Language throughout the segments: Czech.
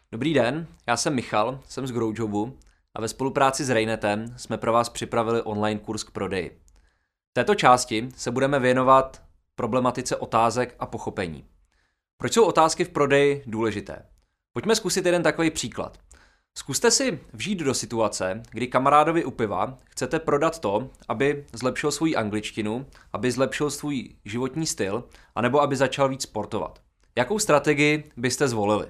Dobrý den, já jsem Michal, jsem z Growjobu a ve spolupráci s Rainetem jsme pro vás připravili online kurz k prodeji. V této části se budeme věnovat problematice otázek a pochopení. Proč jsou otázky v prodeji důležité? Pojďme zkusit jeden takový příklad. Zkuste si vžít do situace, kdy kamarádovi u piva chcete prodat to, aby zlepšil svou angličtinu, aby zlepšil svůj životní styl, anebo aby začal víc sportovat. Jakou strategii byste zvolili?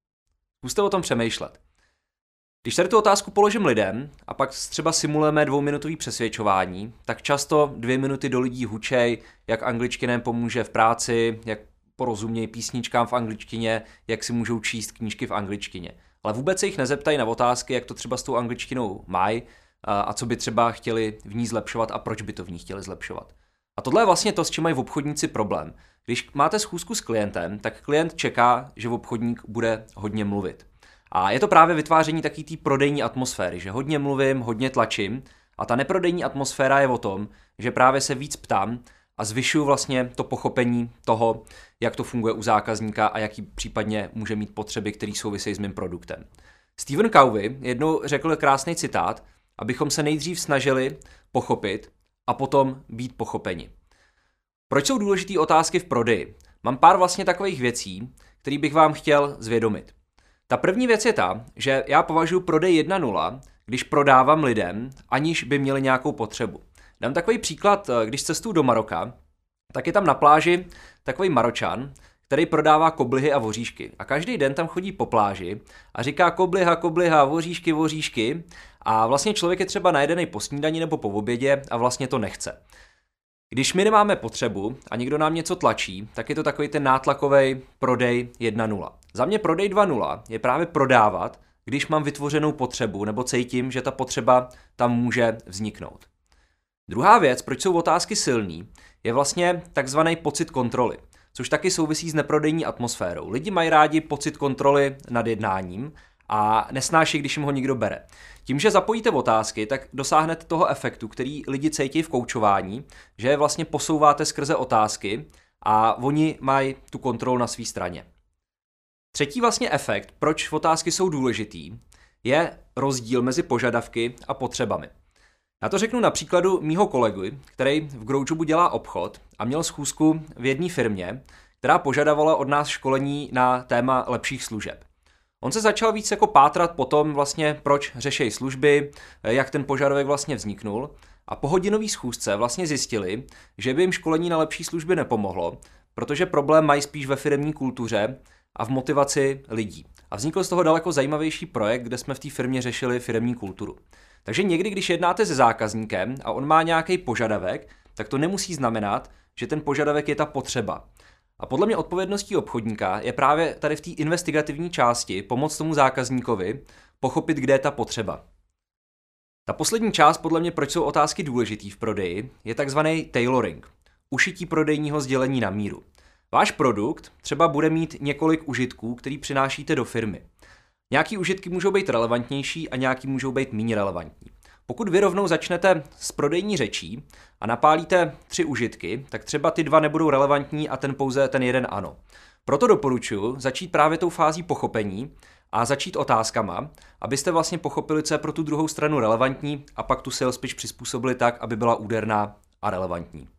Zkuste o tom přemýšlet. Když tady tu otázku položím lidem a pak třeba simulujeme 2minutový přesvědčování, tak často 2 minuty do lidí hučej, jak angličtina jim pomůže v práci, jak porozumějí písničkám v angličtině, jak si můžou číst knížky v angličtině. Ale vůbec se jich nezeptají na otázky, jak to třeba s tou angličtinou mají a co by třeba chtěli v ní zlepšovat a proč by to v ní chtěli zlepšovat. A tohle je vlastně to, s čím mají obchodníci problém. Když máte schůzku s klientem, tak klient čeká, že obchodník bude hodně mluvit. A je to právě vytváření taky té prodejní atmosféry, že hodně mluvím, hodně tlačím a ta neprodejní atmosféra je o tom, že právě se víc ptám a zvyšuju vlastně to pochopení toho, jak to funguje u zákazníka a jaký případně může mít potřeby, které souvisejí s mým produktem. Stephen Covey jednou řekl krásný citát, abychom se nejdřív snažili pochopit a potom být pochopeni. Proč jsou důležité otázky v prodeji? Mám pár vlastně takových věcí, které bych vám chtěl zvědomit. Ta první věc je ta, že já považuji prodej 1.0, když prodávám lidem, aniž by měli nějakou potřebu. Dám takový příklad, když cestuju do Maroka, tak je tam na pláži takový Maročan, který prodává koblihy a voříšky. A každý den tam chodí po pláži a říká kobliha, kobliha, voříšky, voříšky. A vlastně člověk je třeba najedený po snídani nebo po obědě a vlastně to nechce. Když my nemáme potřebu a někdo nám něco tlačí, tak je to takový ten nátlakový prodej 1.0. Za mě prodej 2.0 je právě prodávat, když mám vytvořenou potřebu nebo cítím, že ta potřeba tam může vzniknout. Druhá věc, proč jsou otázky silný, je vlastně takzvaný pocit kontroly, což taky souvisí s neprodejní atmosférou. Lidi mají rádi pocit kontroly nad jednáním a nesnáší, když jim ho někdo bere. Tím, že zapojíte otázky, tak dosáhnete toho efektu, který lidi cítí v koučování, že je vlastně posouváte skrze otázky a oni mají tu kontrolu na své straně. Třetí vlastně efekt, proč otázky jsou důležitý, je rozdíl mezi požadavky a potřebami. Já to řeknu na příkladu mýho kolegy, který v Growjobu dělá obchod a měl schůzku v jedné firmě, která požadovala od nás školení na téma lepších služeb. On se začal víc jako pátrat po tom vlastně, proč řeší služby, jak ten požadavek vlastně vzniknul a po hodinové schůzce vlastně zjistili, že by jim školení na lepší služby nepomohlo, protože problém mají spíš ve firemní kultuře a v motivaci lidí. A vznikl z toho daleko zajímavější projekt, kde jsme v té firmě řešili firemní kulturu. Takže někdy, když jednáte se zákazníkem a on má nějaký požadavek, tak to nemusí znamenat, že ten požadavek je ta potřeba. A podle mě odpovědností obchodníka je právě tady v té investigativní části pomoct tomu zákazníkovi pochopit, kde je ta potřeba. Ta poslední část, podle mě, proč jsou otázky důležitý v prodeji, je takzvaný tailoring, ušití prodejního sdělení na míru. Váš produkt třeba bude mít několik užitků, který přinášíte do firmy. Nějaký užitky můžou být relevantnější a nějaký můžou být méně relevantní. Pokud vy rovnou začnete s prodejní řečí a napálíte 3 užitky, tak třeba ty 2 nebudou relevantní a pouze ten jeden ano. Proto doporučuji začít právě tou fází pochopení a začít otázkama, abyste vlastně pochopili, co je pro tu druhou stranu relevantní a pak tu sales pitch přizpůsobili tak, aby byla úderná a relevantní.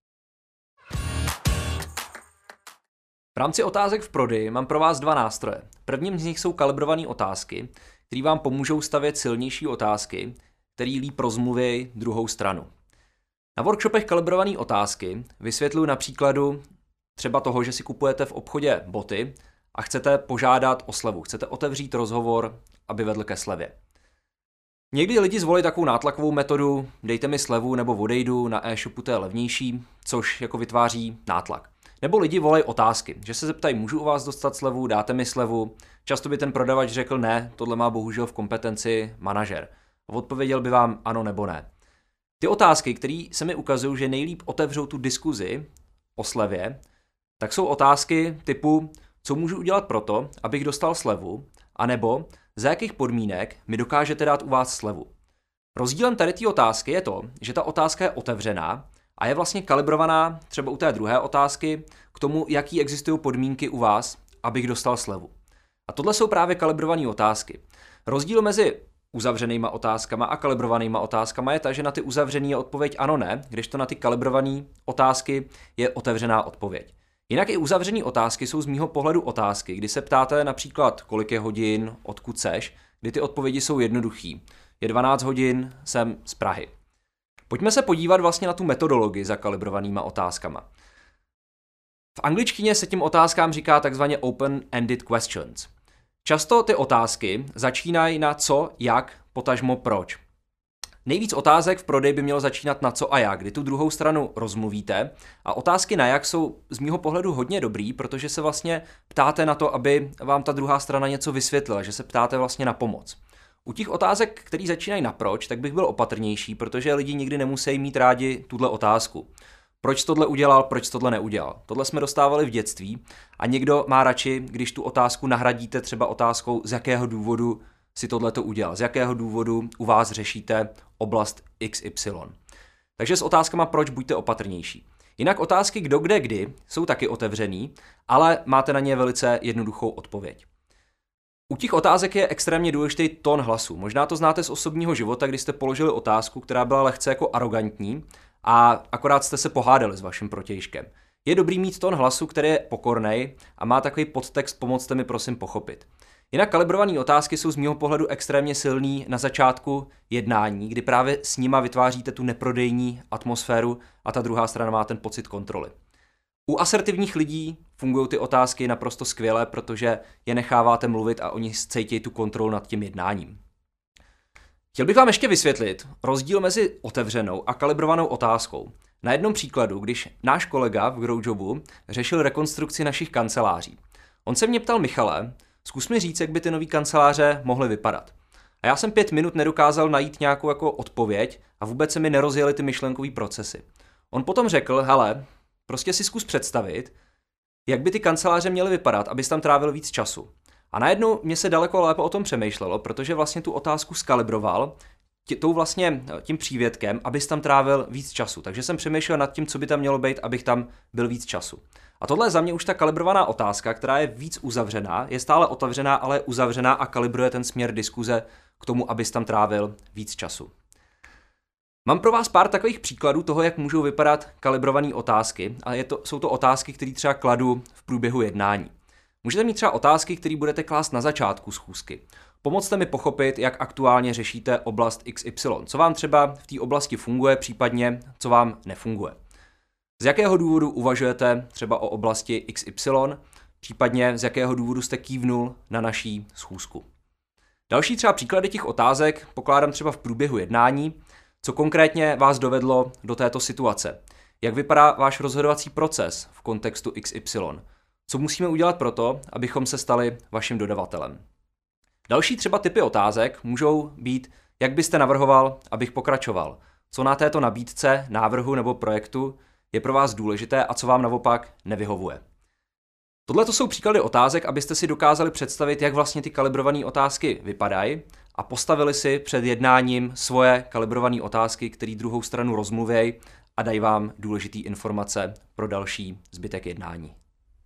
V rámci otázek v prodeji mám pro vás 2 nástroje. Prvním z nich jsou kalibrované otázky, které vám pomůžou stavět silnější otázky, které líp rozmluví druhou stranu. Na workshopech kalibrované otázky vysvětluji na příkladu třeba toho, že si kupujete v obchodě boty a chcete požádat o slevu, chcete otevřít rozhovor, aby vedl ke slevě. Někdy lidi zvolí takovou nátlakovou metodu, dejte mi slevu nebo odejdu, na e-shopu to je levnější, což jako vytváří nátlak. Nebo lidi volají otázky, že se zeptají, můžu u vás dostat slevu, dáte mi slevu. Často by ten prodavač řekl ne, tohle má bohužel v kompetenci manažer. A odpověděl by vám ano nebo ne. Ty otázky, které se mi ukazují, že nejlíp otevřou tu diskuzi o slevě, tak jsou otázky typu, co můžu udělat proto, abych dostal slevu, anebo za jakých podmínek mi dokážete dát u vás slevu. Rozdílem tady té otázky je to, že ta otázka je otevřená a je vlastně kalibrovaná třeba u té druhé otázky k tomu, jaký existují podmínky u vás, abych dostal slevu. A tohle jsou právě kalibrované otázky. Rozdíl mezi uzavřenýma otázkama a kalibrovanýma otázkama je ta, že na ty uzavřený je odpověď ano, ne, kdežto na ty kalibrované otázky je otevřená odpověď. Jinak i uzavřené otázky jsou z mýho pohledu otázky, kdy se ptáte například, kolik je hodin, odkud seš, kdy ty odpovědi jsou jednoduchý. Je 12 hodin, jsem z Prahy. Pojďme se podívat vlastně na tu metodologii za kalibrovanýma otázkama. V angličtině se tím otázkám říká takzvaně open-ended questions. Často ty otázky začínají na co, jak, potažmo proč. Nejvíc otázek v prodeji by mělo začínat na co a jak, kdy tu druhou stranu rozmluvíte a otázky na jak jsou z mýho pohledu hodně dobrý, protože se vlastně ptáte na to, aby vám ta druhá strana něco vysvětlila, že se ptáte vlastně na pomoc. U těch otázek, které začínají na proč, tak bych byl opatrnější, protože lidi nikdy nemusí mít rádi tuhle otázku. Proč tohle udělal, proč tohle neudělal. Tohle jsme dostávali v dětství a někdo má radši, když tu otázku nahradíte třeba otázkou, z jakého důvodu si tohleto udělal, z jakého důvodu u vás řešíte oblast XY. Takže s otázkama proč buďte opatrnější. Jinak otázky kdo, kde, kdy jsou taky otevřený, ale máte na ně velice jednoduchou odpověď. U těch otázek je extrémně důležitý tón hlasu. Možná to znáte z osobního života, kdy jste položili otázku, která byla lehce jako arrogantní a akorát jste se pohádali s vaším protějškem. Je dobrý mít tón hlasu, který je pokornej a má takový podtext pomozte mi prosím pochopit. Jinak kalibrované otázky jsou z mého pohledu extrémně silný na začátku jednání, kdy právě s nima vytváříte tu neprodejní atmosféru a ta druhá strana má ten pocit kontroly. U asertivních lidí fungují ty otázky naprosto skvěle, protože je necháváte mluvit a oni cítí tu kontrolu nad tím jednáním. Chtěl bych vám ještě vysvětlit rozdíl mezi otevřenou a kalibrovanou otázkou. Na jednom příkladu, když náš kolega v Growjobu řešil rekonstrukci našich kanceláří. On se mě ptal Michale, zkus mi říct, jak by ty nový kanceláře mohly vypadat. A já jsem 5 minut nedokázal najít nějakou jako odpověď a vůbec se mi nerozjeli ty myšlenkové procesy. On potom řekl, hele, prostě si zkus představit, jak by ty kanceláře měly vypadat, abys tam trávil víc času. A najednou mě se daleko lépe o tom přemýšlelo, protože vlastně tu otázku skalibroval tím přívětkem, abys tam trávil víc času. Takže jsem přemýšlel nad tím, co by tam mělo být, abych tam byl víc času. A tohle je za mě už ta kalibrovaná otázka, která je víc uzavřená, je stále otevřená, ale je uzavřená a kalibruje ten směr diskuze k tomu, abys tam trávil víc času. Mám pro vás pár takových příkladů toho, jak můžou vypadat kalibrované otázky a jsou to otázky, které třeba kladu v průběhu jednání. Můžete mít třeba otázky, které budete klást na začátku schůzky. Pomozte mi pochopit, jak aktuálně řešíte oblast XY, co vám třeba v té oblasti funguje, případně co vám nefunguje. Z jakého důvodu uvažujete třeba o oblasti XY, případně z jakého důvodu jste kývnul na naší schůzku. Další třeba příklady těch otázek pokládám třeba v průběhu jednání, co konkrétně vás dovedlo do této situace. Jak vypadá váš rozhodovací proces v kontextu XY? Co musíme udělat pro to, abychom se stali vaším dodavatelem? Další třeba typy otázek můžou být, jak byste navrhoval, abych pokračoval, co na této nabídce, návrhu nebo projektu je pro vás důležité a co vám naopak nevyhovuje. Tohle to jsou příklady otázek, abyste si dokázali představit, jak vlastně ty kalibrované otázky vypadají a postavili si před jednáním svoje kalibrované otázky, které druhou stranu rozmluvějí a dají vám důležité informace pro další zbytek jednání.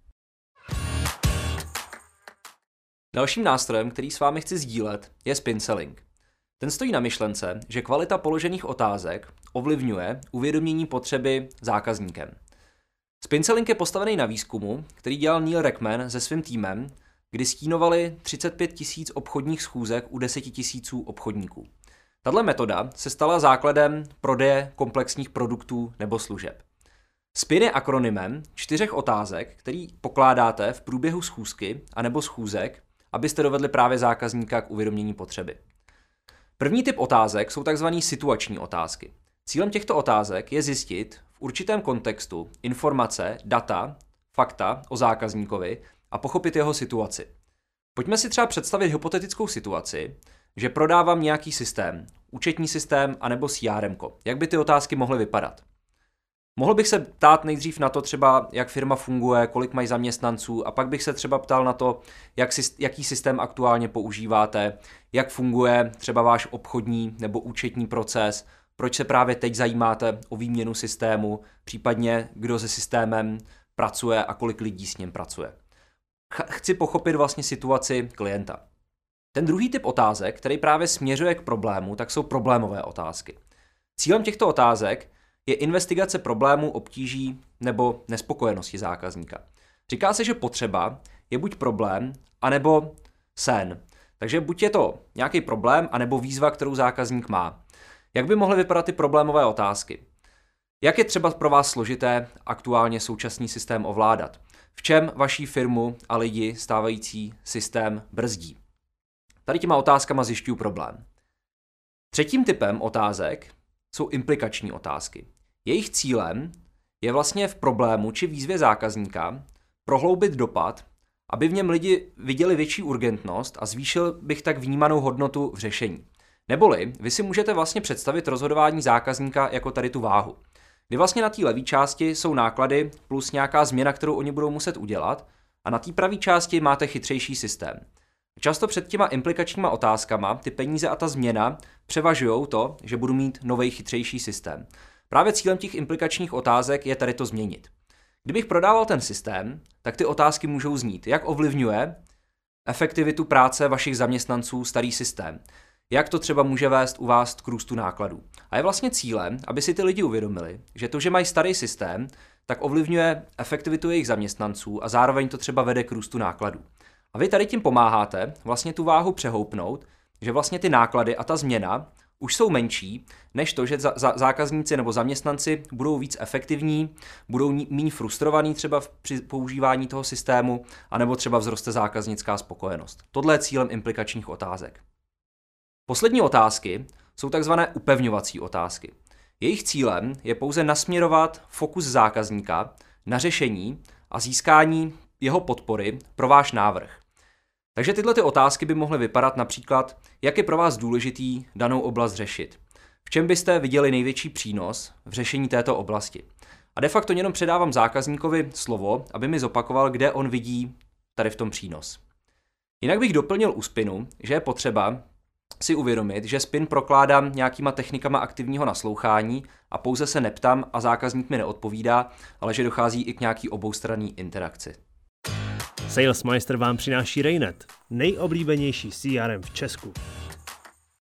Dalším nástrojem, který s vámi chci sdílet, je spin selling. Ten stojí na myšlence, že kvalita položených otázek ovlivňuje uvědomění potřeby zákazníkem. Spin selling je postavený na výzkumu, který dělal Neil Rackman se svým týmem, kdy stínovali 35 000 obchodních schůzek u 10 000 obchodníků. Tato metoda se stala základem prodeje komplexních produktů nebo služeb. Spin je akronymem 4 otázek, který pokládáte v průběhu schůzky anebo schůzek, abyste dovedli právě zákazníka k uvědomění potřeby. První typ otázek jsou tzv. Situační otázky. Cílem těchto otázek je zjistit v určitém kontextu informace, data, fakta o zákazníkovi a pochopit jeho situaci. Pojďme si třeba představit hypotetickou situaci, že prodávám nějaký systém, účetní systém anebo CRM. Jak by ty otázky mohly vypadat? Mohl bych se ptát nejdřív na to třeba, jak firma funguje, kolik mají zaměstnanců a pak bych se třeba ptal na to, jaký systém aktuálně používáte, jak funguje třeba váš obchodní nebo účetní proces, proč se právě teď zajímáte o výměnu systému, případně kdo se systémem pracuje a kolik lidí s ním pracuje. chci pochopit vlastně situaci klienta. Ten druhý typ otázek, který právě směřuje k problému, tak jsou problémové otázky. Cílem těchto otázek je investigace problémů, obtíží nebo nespokojenosti zákazníka. Říká se, že potřeba je buď problém, anebo sen. Takže buď je to nějaký problém, anebo výzva, kterou zákazník má. Jak by mohly vypadat ty problémové otázky? Jak je třeba pro vás složité aktuálně současný systém ovládat? V čem vaší firmu a lidi stávající systém brzdí? Tady těma otázkama zjišťuju problém. Třetím typem otázek jsou implikační otázky. Jejich cílem je vlastně v problému či výzvě zákazníka prohloubit dopad, aby v něm lidi viděli větší urgentnost a zvýšil bych tak vnímanou hodnotu v řešení. Neboli vy si můžete vlastně představit rozhodování zákazníka jako tady tu váhu, kdy vlastně na té levé části jsou náklady plus nějaká změna, kterou oni budou muset udělat, a na té pravé části máte chytřejší systém. Často před těma implikačníma otázkama ty peníze a ta změna převažují to, že budu mít nový chytřejší systém. Právě cílem těch implikačních otázek je tady to změnit. Kdybych prodával ten systém, tak ty otázky můžou znít, jak ovlivňuje efektivitu práce vašich zaměstnanců starý systém, jak to třeba může vést u vás k růstu nákladů. A je vlastně cílem, aby si ty lidi uvědomili, že to, že mají starý systém, tak ovlivňuje efektivitu jejich zaměstnanců a zároveň to třeba vede k růstu nákladů. A vy tady tím pomáháte vlastně tu váhu přehoupnout, že vlastně ty náklady a ta změna už jsou menší, než to, že zákazníci nebo zaměstnanci budou víc efektivní, budou méně frustrovaní třeba při používání toho systému, anebo třeba vzroste zákaznická spokojenost. Tohle je cílem implikačních otázek. Poslední otázky jsou takzvané upevňovací otázky. Jejich cílem je pouze nasměrovat fokus zákazníka na řešení a získání jeho podpory pro váš návrh. Takže tyhle ty otázky by mohly vypadat například, jak je pro vás důležitý danou oblast řešit. V čem byste viděli největší přínos v řešení této oblasti. A de facto jenom předávám zákazníkovi slovo, aby mi zopakoval, kde on vidí tady v tom přínos. Jinak bych doplnil u spinu, že je potřeba si uvědomit, že spin prokládám nějakýma technikama aktivního naslouchání a pouze se neptám a zákazník mi neodpovídá, ale že dochází i k nějaký oboustranné interakci. Salesmeister vám přináší Rainet, nejoblíbenější CRM v Česku.